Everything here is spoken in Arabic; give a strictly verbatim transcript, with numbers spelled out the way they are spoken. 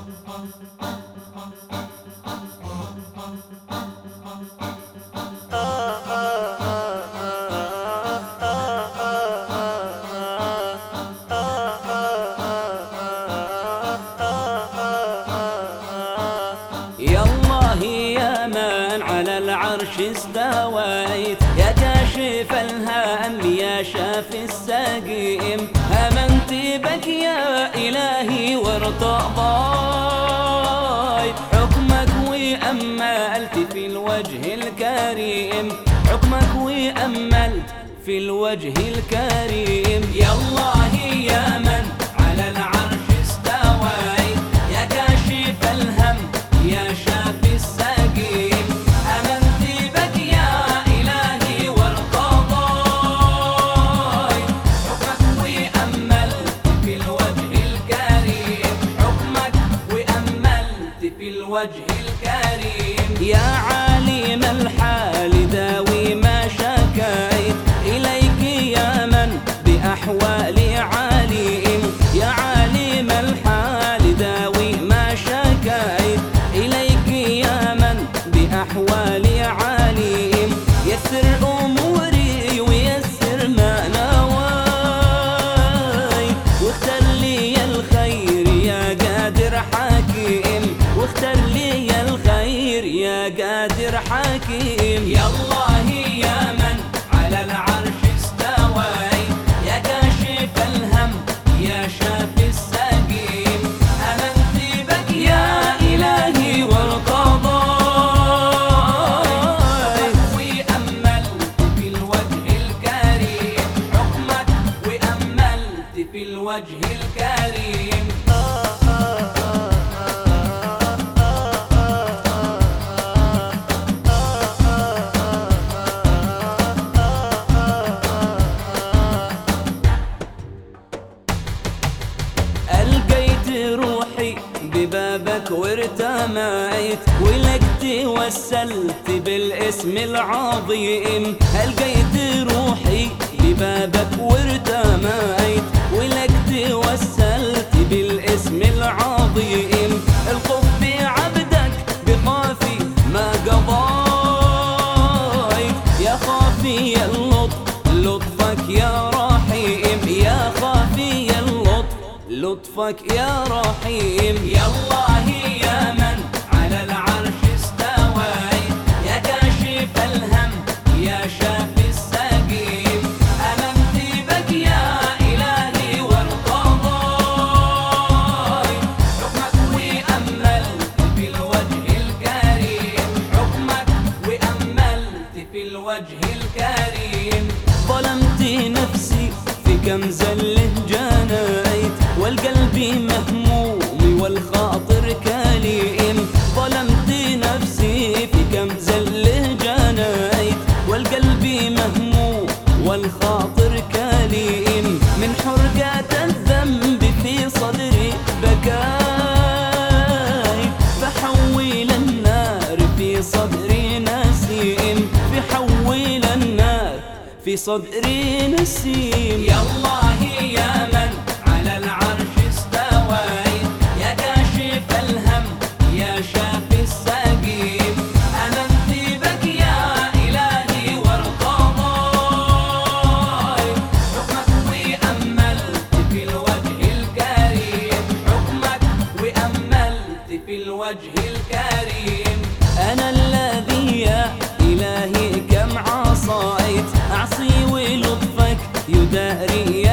يا الله يا من على العرش استويت، يا كاشف الهم يا شافي السقيم، آمنت بك يا إلهي وارتضيت حكمك وأملت في الوجه الكريم، حكمك وأملت في الوجه الكريم. يا الله يا من على العرش استويت، يا كاشف الهم يا شافي السقيم، آمنت بك يا إلهي وارتضيت حكمك وأملت في الوجه الكريم، حكمك وأملت في الوجه الكريم. يا عالم الحال داوي ما شكيت، إليك يا من بأحوالي عليم، يا عالم الحال داوي ما شكيت، إليك يا من بأحوالي عليم. يسر أموري ويسر ما نويت، واختر لي الخير يا قادر حكيم، واختر لي الخير يا قادر حكيم. يا الله يا من على العرش استويت، يا كاشف الهم يا شافي السقيم، آمنت بك يا إلهي وارتضيت وأملت في الوجه الكريم، حكمك وأملت في الوجه الكريم. ألقيت روحي ببابك وارتميت، ولك توسلت بالاسم العظيم، ألقيت روحي ببابك وارتميت، ولك توسلت بالاسم العظيم. القف بعبدك بخافي ما قضيت، يا خافي اللطف لطفك يا رحيم، يا خافي اللطف لطفك يا رحيم. يا الله يا من على العرش استويت، يا كاشف الهم يا شافي السقيم، آمنت بك يا إلهي وارتضيت حكمك وأملت في الوجه الكريم، حكمك وأملت في الوجه الكريم. ظلمت نفسي في كم زله جنيت، والقلب مهموم والخاطر كليم، ظلمت نفسي في كم زله جنيت، والقلب مهموم والخاطر كليم. من حرقات الذنب في صدري بكيت، فحول النار في صدري نسيم، فحول النار في صدري نسيم. يا الله يا من على العرش استويت، يا كاشف الهم يا شافي السقيم، آمنت بك يا إلهي وارتضيت حكمك وأملت في الوجه الكريم، حكمك وأملت في الوجه الكريم. أنا الذي يا إلهي كم عصيت، أعصي ولطفك يداري